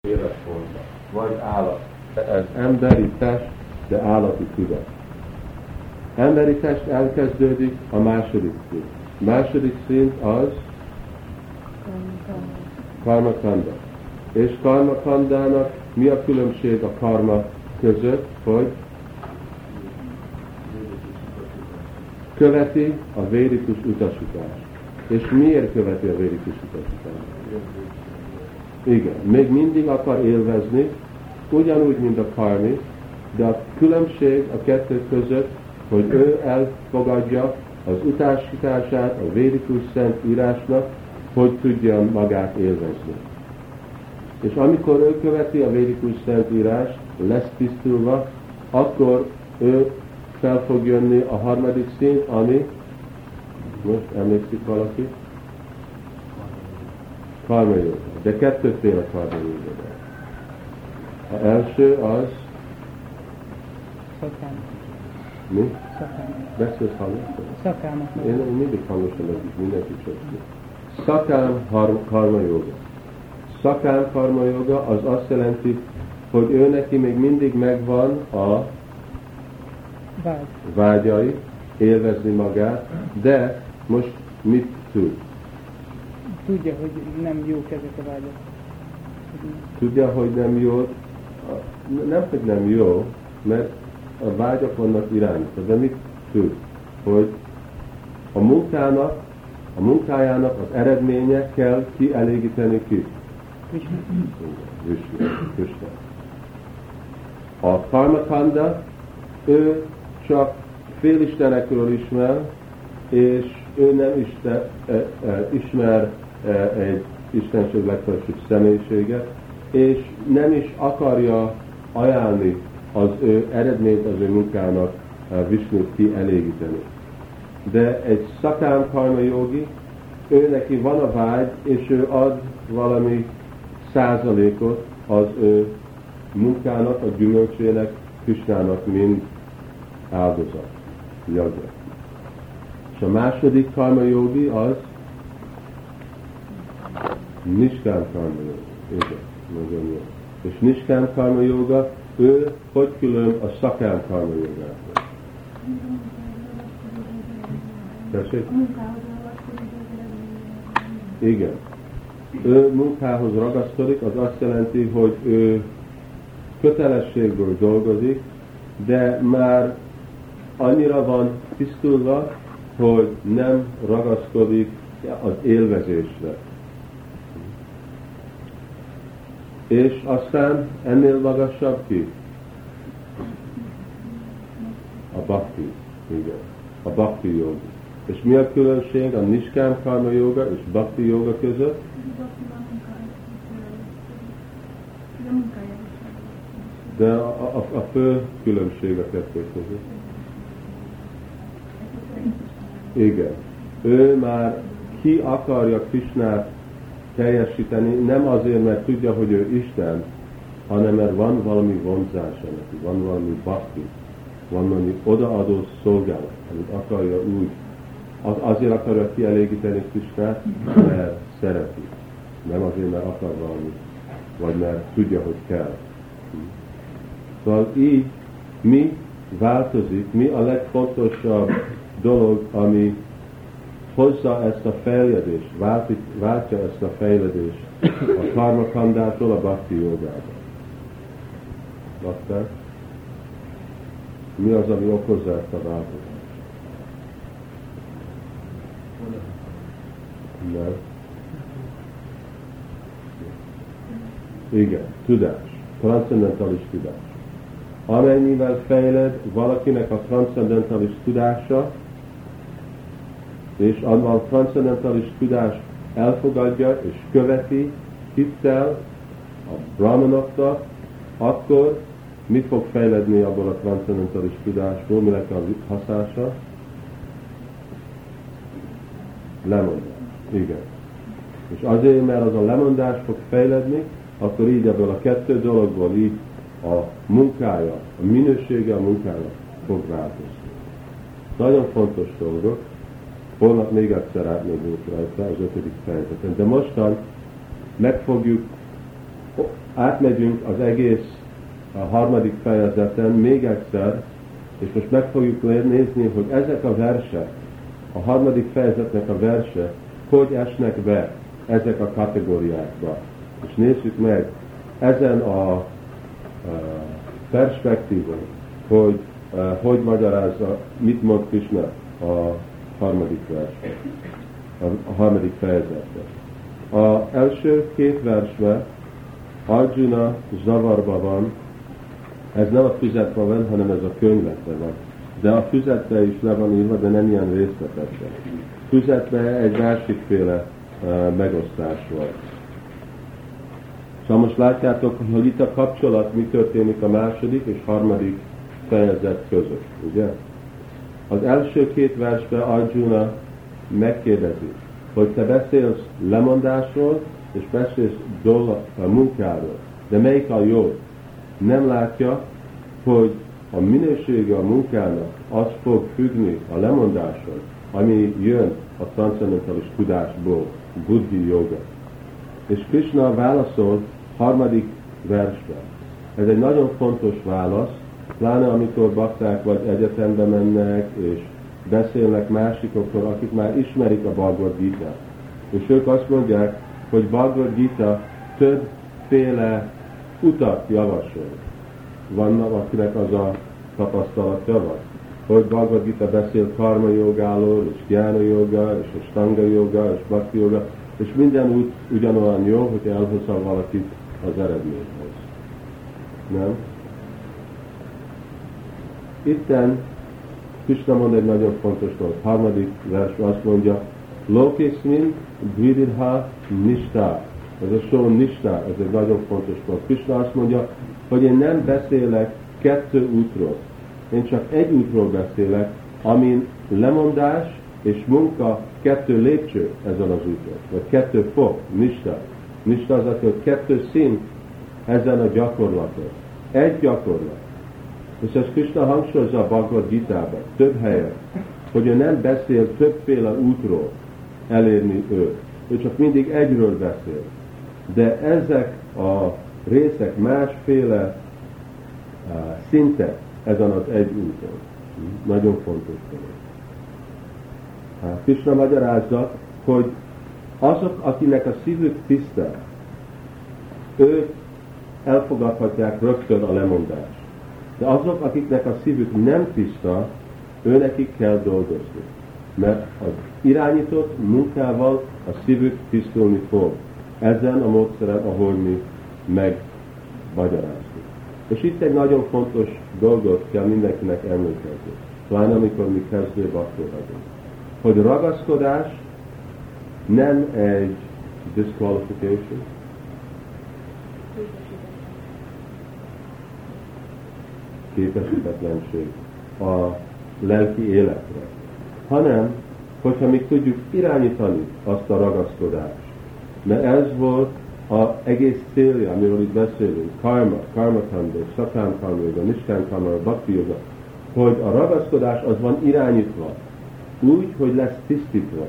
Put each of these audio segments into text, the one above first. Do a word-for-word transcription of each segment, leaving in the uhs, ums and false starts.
életforma, vagy állat. Ez emberi test, de állati tudat. Emberi test elkezdődik a második szint. Második szint az karma kanda. És karma kandának mi a különbség a karma között, hogy követi a védikus utasítást. És miért követi a védikus utasítást? Igen, még mindig akar élvezni, ugyanúgy, mint a karmi, de a különbség a kettő között, hogy ő elfogadja az utasítását a védikus szent írásnak, hogy tudja magát élvezni. És amikor ő követi a védikus szent írást, lesz tisztulva, akkor ő fel fog jönni a harmadik szint, ami, most emlékszik valaki? Karma jóga. De kettőféle karma jóga. Az első az... Szakám. Mi? Szakám. Beszélsz hangosan? Szakámat. Én mindig hangosan legyek, mindenki csak. Szakám karma jóga. Szakám karma jóga az azt jelenti, hogy ő neki még mindig megvan a Vágy. vágyai, élvezni magát, de most mit tud? Tudja, hogy nem jók ezek a vágyak. Tudja, hogy nem jó, nem, hogy nem jó, mert a vágyak vannak irányítva, de mit tud? Hogy a munkának, a munkájának az eredménye kell kielégíteni ki. Krishna. A karmakanda, ő csak félistenekről ismer, és ő nem isten, e, e, ismer e, egy istenség legfelsőbb személyiséget, és nem is akarja ajánlni az ő eredményt az ő munkának Visnut kielégíteni. De egy szakám karma jogi, ő neki van a vágy, és ő ad valami százalékot az ő munkának, a gyümölcsének, Krishnának, mint áldozat, jagya. És a második karma jogi az Niskám karma joga. Igen, nagyon jó. És Niskám karma joga, ő hogy külön a szakám karma jogától? Tessék? Igen. Ő munkához ragaszkodik, az azt jelenti, hogy ő kötelességből dolgozik, de már annyira van tisztulva, hogy nem ragaszkodik az élvezésre. És aztán ennél magasabb ki? A bhakti. Igen. A bhakti joga. És mi a különbség a Niskám karma joga és bhakti joga között? De a, a, a fő különbség a kettő között. Igen. Ő már ki akarja Krishnát teljesíteni, nem azért, mert tudja, hogy ő Isten, hanem mert van valami vonzása neki, van valami bhakti, van valami odaadó szolgálat, amit akarja úgy. Az, azért akarja kielégíteni Krishnát, mert szereti. Nem azért, mert akar valami, vagy mert tudja, hogy kell. Szóval így mi változik, mi a legfontosabb dolog, ami hozza ezt a fejledést, váltja ezt a fejledést a karma kandától a bhakti jogába. Látták? Mi az, ami okozza ezt a változást? Nem. Igen, tudás. Transzendentális tudás. Amennyivel fejled valakinek a transzendentális tudása, és a transzendentális tudás elfogadja és követi hittel a brahmanoknak, akkor mi fog fejledni abból a transzendentális tudásból, minek a hatása? Lemondás. Igen. És azért, mert az a lemondás fog fejledni, akkor így ebből a kettő dologból így a munkája, a minősége a munkája fog változni. Nagyon fontos dolgok. Holnap még egyszer átmegyünk rajta az ötödik fejezeten. De mostan meg fogjuk átmegyünk az egész a harmadik fejezeten még egyszer, és most meg fogjuk nézni, hogy ezek a versek, a harmadik fejezetnek a verse, hogy esnek be ezek a kategóriákba. És nézzük meg ezen a, a perspektívon, hogy a, hogy magyarázza, mit mond Krishna a harmadik versben, a, a harmadik fejezetben. Az első két versben Arjuna zavarba van, ez nem a füzetben van, hanem ez a könyvekben van. De a füzetben is le van írva, de nem ilyen részletesen. Füzetben egy másikféle uh, megosztás volt. Szóval most látjátok, hogy itt a kapcsolat, mi történik a második és harmadik fejezet között, ugye? Az első két versben Arjuna megkérdezi, hogy te beszélsz lemondásról, és beszélsz dolog, a munkáról, de melyik a jó? Nem látja, hogy a minősége a munkának az fog függni a lemondáson, ami jön a transzendentális tudásból, buddhi joga. És Krishna válaszol harmadik versben. Ez egy nagyon fontos válasz, pláne amikor bakták vagy egyetembe mennek, és beszélnek másikokkal, akik már ismerik a Bhagavad Gita. És ők azt mondják, hogy Bhagavad Gita többféle utat javasol. Vannak, akinek az a tapasztalatja van, hogy Bhagavad Gita beszél karma jogáról, és gyána joga, és astanga joga, és bhakti joga, és minden út ugyanolyan jó, hogy elhozza valakit az eredményhez. Nem? Itten Krishna mond egy nagyon fontos dolog. Harmadik versben azt mondja, Lokesmin dvididha nishta. Ez a szó nishta, ez egy nagyon fontos dolog. Krishna azt mondja, hogy én nem beszélek kettő útról. Én csak egy útról beszélek, amin lemondás és munka kettő lépcső ezen az úton. Vagy kettő fok, nishta. Nishta az, hogy kettő szint ezen a gyakorlaton. Egy gyakorlat. És ezt Krishna hangsúlyozza a Bhagavad Gitában, több helyen, hogy ő nem beszél többféle útról elérni őt. Ő csak mindig egyről beszél. De ezek a részek másféle uh, szintek ezen az egy úton. Nagyon fontos dolog. Uh, Krishna magyarázza, hogy azok, akinek a szívük tiszta, ők elfogadhatják rögtön a lemondást. De azok, akiknek a szívük nem tiszta, őnekik kell dolgozni. Mert az irányított munkával a szívük tisztulni fog. Ezen a módszeren, ahol mi megmagyarázunk. És itt egy nagyon fontos dolgot kell mindenkinek emlékezni. Pláne amikor mi kezdő baktor vagyunk. Hogy ragaszkodás nem egy disqualification. Képesítetlenség a lelki életre. Hanem, hogyha mi tudjuk irányítani azt a ragaszkodást. Mert ez volt az egész célja, amiről itt beszélünk, karma, karma kanda, szakám karma joga, niskán karma, bhakti joga, hogy a ragaszkodás az van irányítva, úgy, hogy lesz tisztítva.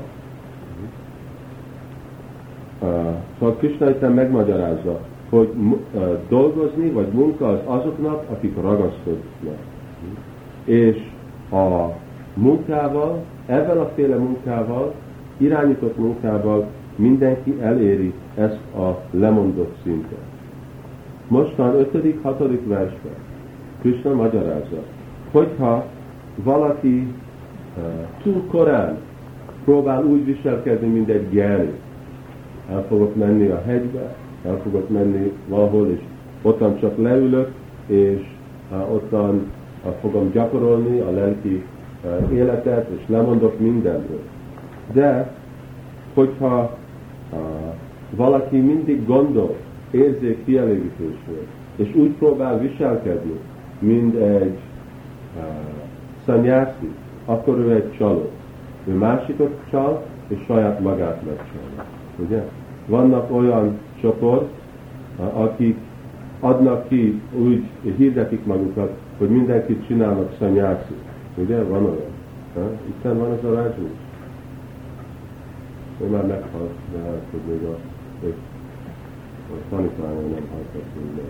Uh, szóval Krishna itt megmagyarázza, hogy uh, dolgozni, vagy munka az azoknak, akik ragaszkodnak. És a munkával, ebben a féle munkával, irányított munkával mindenki eléri ezt a lemondott szintet. Mostan ötödik, hatodik versben Krishna magyarázza, hogyha valaki uh, túl korán próbál úgy viselkedni, mint egy gyáni, el fogok menni a hegybe, el fogok menni valahol, és ottan csak leülök, és uh, ottan uh, fogom gyakorolni a lelki uh, életet, és lemondok mindenről. De, hogyha uh, valaki mindig gondol, érzék kielégítésről, és úgy próbál viselkedni, mint egy uh, szanyászi, akkor ő egy csaló. Ő másikot csal, és saját magát megcsalja. Ugye? Vannak olyan csoport, akik adnak ki, úgy hirdetik magukat, hogy mindenkit csinálnak szanyászi. Ugye? Van olyan. Ha? Itten van ez a Rajni. Ő már meghalt, de hát, hogy még a, tanítványai nem hallgattunk meg.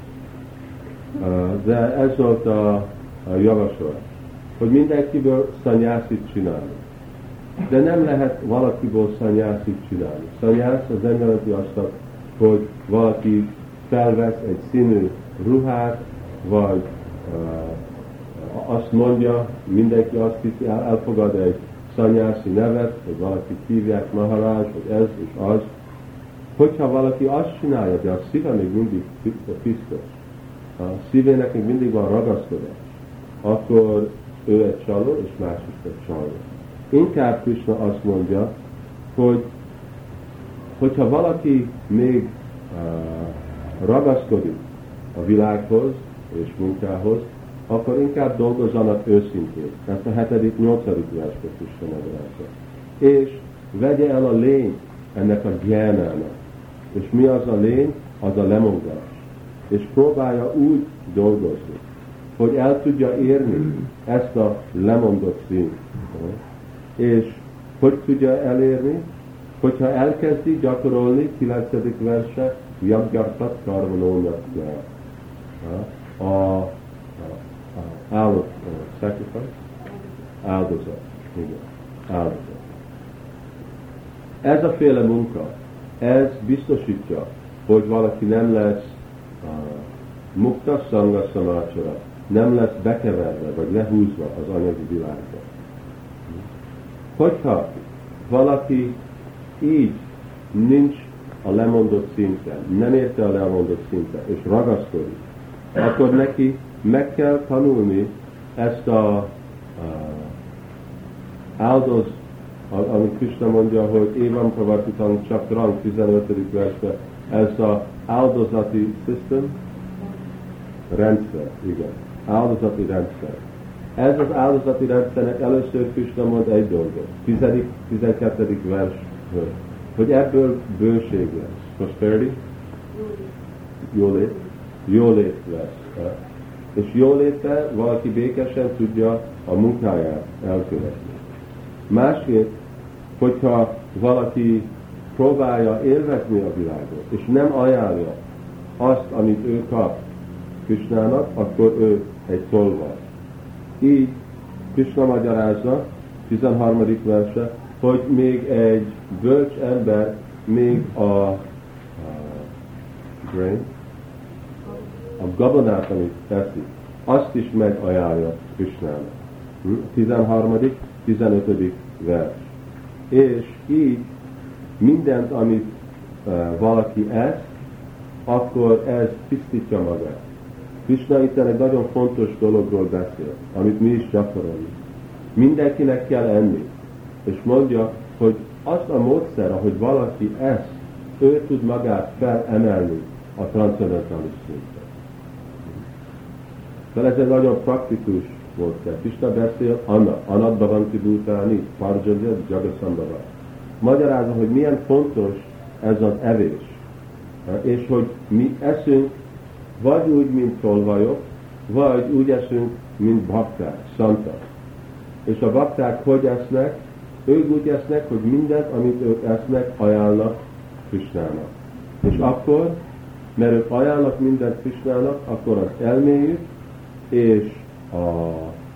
De ez volt a, a javaslat, hogy mindenkiből szanyászit csinálni. De nem lehet valakiből szanyászit csinálni. Szanyász az nem jelenti azt, hogy valaki felvesz egy színű ruhát, vagy uh, azt mondja, mindenki azt hiszi, el, elfogad egy szanyászi nevet, hogy valaki hívják Maharaj, hogy ez és az. Hogyha valaki azt csinálja, de a szíve még mindig tisztos, a szívének még mindig van ragaszkodás, akkor ő egy csaló, és más is egy csaló. Inkább Krishna azt mondja, hogy hogyha valaki még uh, ragaszkodik a világhoz és munkához, akkor inkább dolgozzanak őszintén. Ezt a hetedik, nyolcadik versben Krishna magyarázza. És vegye el a lény ennek a gyánának. És mi az a lény? Az a lemondás. És próbálja úgy dolgozni, hogy el tudja érni ezt a lemondott szint. És hogy tudja elérni? Hogyha elkezdi gyakorolni, kilencedik verse, Yaggartat karvanónak a, a, a áldozat, sacrifice, áldozat, igen, áldozat. Ez a féle munka, ez biztosítja, hogy valaki nem lesz uh, mukta szanga szamácsara, nem lesz bekeverve, vagy lehúzva az anyagi világba. Hogyha valaki így nincs a lemondott szinten, nem érte a lemondott szinten, és ragaszkodik, akkor neki meg kell tanulni ezt a, a áldoz, amit Krishna mondja, hogy Évam Pravartitang Chakrang tizenötödik versben, ez az áldozati system, rendszer, igen, áldozati rendszer. Ez az áldozati rendszernek először Krishna mond egy dolgot, tizedik, tizenkettedik versből, hogy ebből bőség lesz. Prosperity? Jólét. Jólét lesz. És jóléttel valaki békesen tudja a munkáját elkövetni. Másképp, hogyha valaki próbálja élvezni a világot, és nem ajánlja azt, amit ő kap Krishnának, akkor ő egy tolvaj. Így Krishna magyarázza, tizenharmadik verse, hogy még egy bölcs ember még a, a grain, a gabonát, amit teszik, azt is megajánlja Krishnának. tizenharmadik, tizenötödik vers. És így mindent, amit uh, valaki esz, akkor ez tisztítja magát. Krishna itt egy nagyon fontos dologról beszél, amit mi is gyakorolunk. Mindenkinek kell enni. És mondja, hogy azt a módszer, ahogy valaki esz, ő tud magát felemelni a transzendentális szintre. Tehát ez egy nagyon praktikus módszer. Krishna beszél Anna, Anat Bhavanti Bhutani, Parjanya Jagasambhava. Magyarázza, hogy milyen fontos ez az evés. És hogy mi eszünk vagy úgy, mint tolvajok, vagy úgy eszünk, mint bhakták, szantak. És a bhakták hogy esznek? Ők úgy esznek, hogy mindent, amit ők esznek, ajánlnak Krishnának. És akkor, mert ők ajánlnak mindent Krishnának, akkor az elméjük és a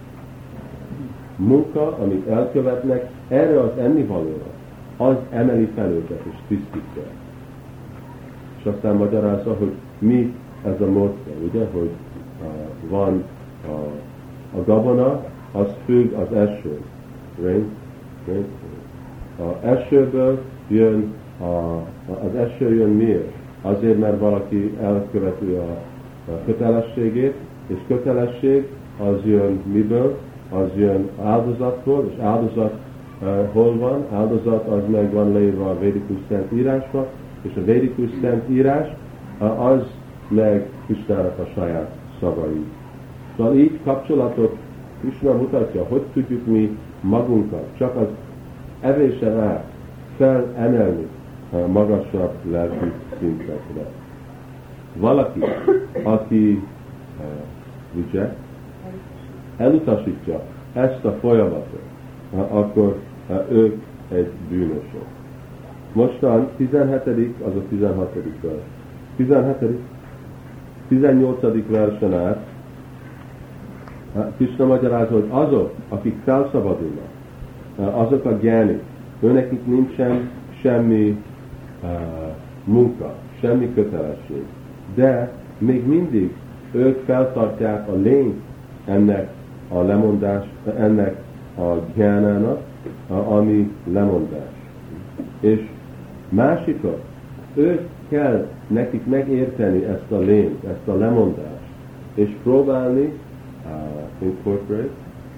munka, amit elkövetnek, erre az ennivalóra, az emeli fel őket és tisztítja. És aztán magyarázza, hogy mi ez a módszer, ugye, hogy uh, van a, a gabona, az függ az eső. Rain, rain. A esőből jön, a, az eső jön miért? Azért, mert valaki elköveti a, a kötelességét, és kötelesség az jön miből? Az jön áldozatból, és áldozat uh, hol van? Áldozat az meg van leírva a védikus szent írásban, és a védikus szent írás uh, az meg Krishnának a saját szavai. Szóval így kapcsolatot Krishna mutatja, hogy tudjuk mi magunkat csak az evésen át felemelni a magasabb lelki szintekre. Valaki, aki uh, ugye, elutasítja ezt a folyamatot, uh, akkor uh, ők egy bűnösök. Mostan tizenhetedik, az a tizenhatodik vers. tizenhetedik tizennyolcadik versen át Krishna magyarázza, hogy azok, akik felszabadulnak, azok a gyánik, őnekik nincsen semmi uh, munka, semmi kötelesség, de még mindig ők feltartják a lényt ennek a lemondás, ennek a gyánának, ami lemondás. És másikok, ők kell nekik megérteni ezt a lényt, ezt a lemondást, és próbálni uh, incorporate,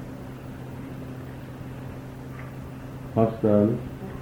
használni,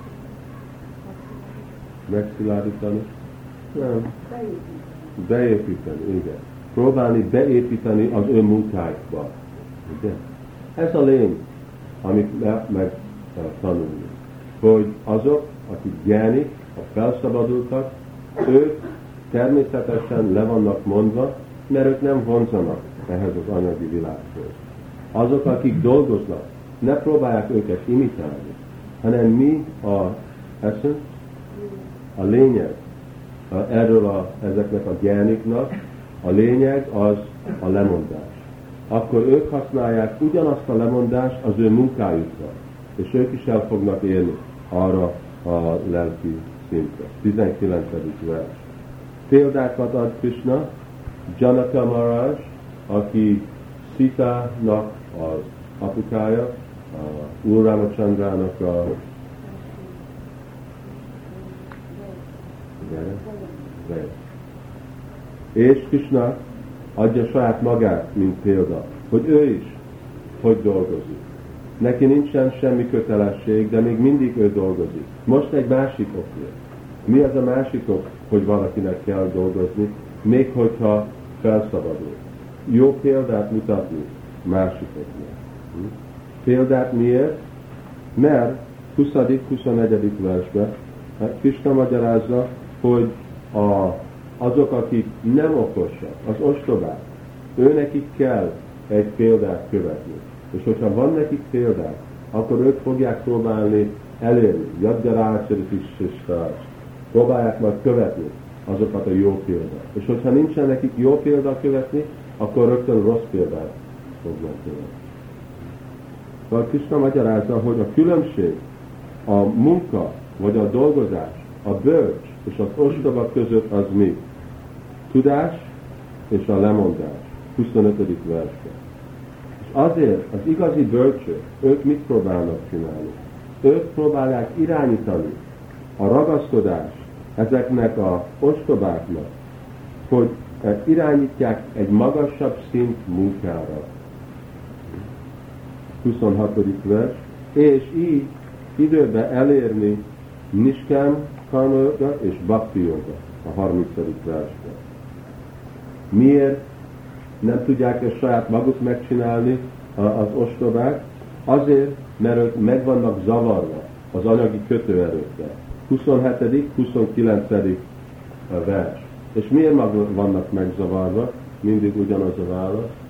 megszilárdítani, nem, beépíteni, igen. Próbálni beépíteni az ő munkáikba. Ugye? Ez a lény, amit meg, meg tanulni. Hogy azok, akik gyánik, a felszabadultak, ők természetesen le vannak mondva, mert ők nem vonzanak ehhez az anyagi világhoz. Azok, akik dolgoznak, ne próbálják őket imitálni, hanem mi a essence, a lényeg erről a, ezeknek a gyániknak, a lényeg az a lemondás. Akkor ők használják ugyanazt a lemondást az ő munkájukra, és ők is el fognak élni arra a lelki szintre. tizenkilencedik vers. Példákat ad Krishna, Janaka Maharaj, aki Sita-nak az apukája, a Úr Ramachandrának a és Krishna adja saját magát, mint példa, hogy ő is hogy dolgozik. Neki nincsen semmi kötelesség, de még mindig ő dolgozik. Most egy másik okért. Mi az a másik ok, hogy valakinek kell dolgozni, még hogyha felszabadul? Jó példát mutatni másikoknak. Példát miért? Mert huszadik-huszonegyedik versben Krishna magyarázza, hogy a, azok, akik nem okosak, az ostobák, őnekik kell egy példát követni. És hogyha van nekik példák, akkor ők fogják próbálni elérni, jadgarácsodik is, és próbálják majd követni azokat a jó példát. És hogyha nincsen nekik jó példa követni, akkor rögtön rossz példát fognak követni. Szóval Krishna magyarázza, hogy a különbség a munka vagy a dolgozás, a bölcs és az ostoba között az mi? Tudás és a lemondás. huszonötödik versben. És azért az igazi bölcsök, ők mit próbálnak csinálni? Ők próbálják irányítani a ragaszkodást ezeknek a ostobáknak, hogy irányítják egy magasabb szint munkára. huszonhatodik vers. És így időben elérni Niskám karma joga és bhakti joga a harmincadik versben. Miért nem tudják ezt saját maguk megcsinálni az ostobák? Azért, mert ők meg vannak zavarva az anyagi kötőerőkkel. huszonhetedik huszonkilencedik vers. És miért vannak megzavarva? Mindig ugyanaz a válasz.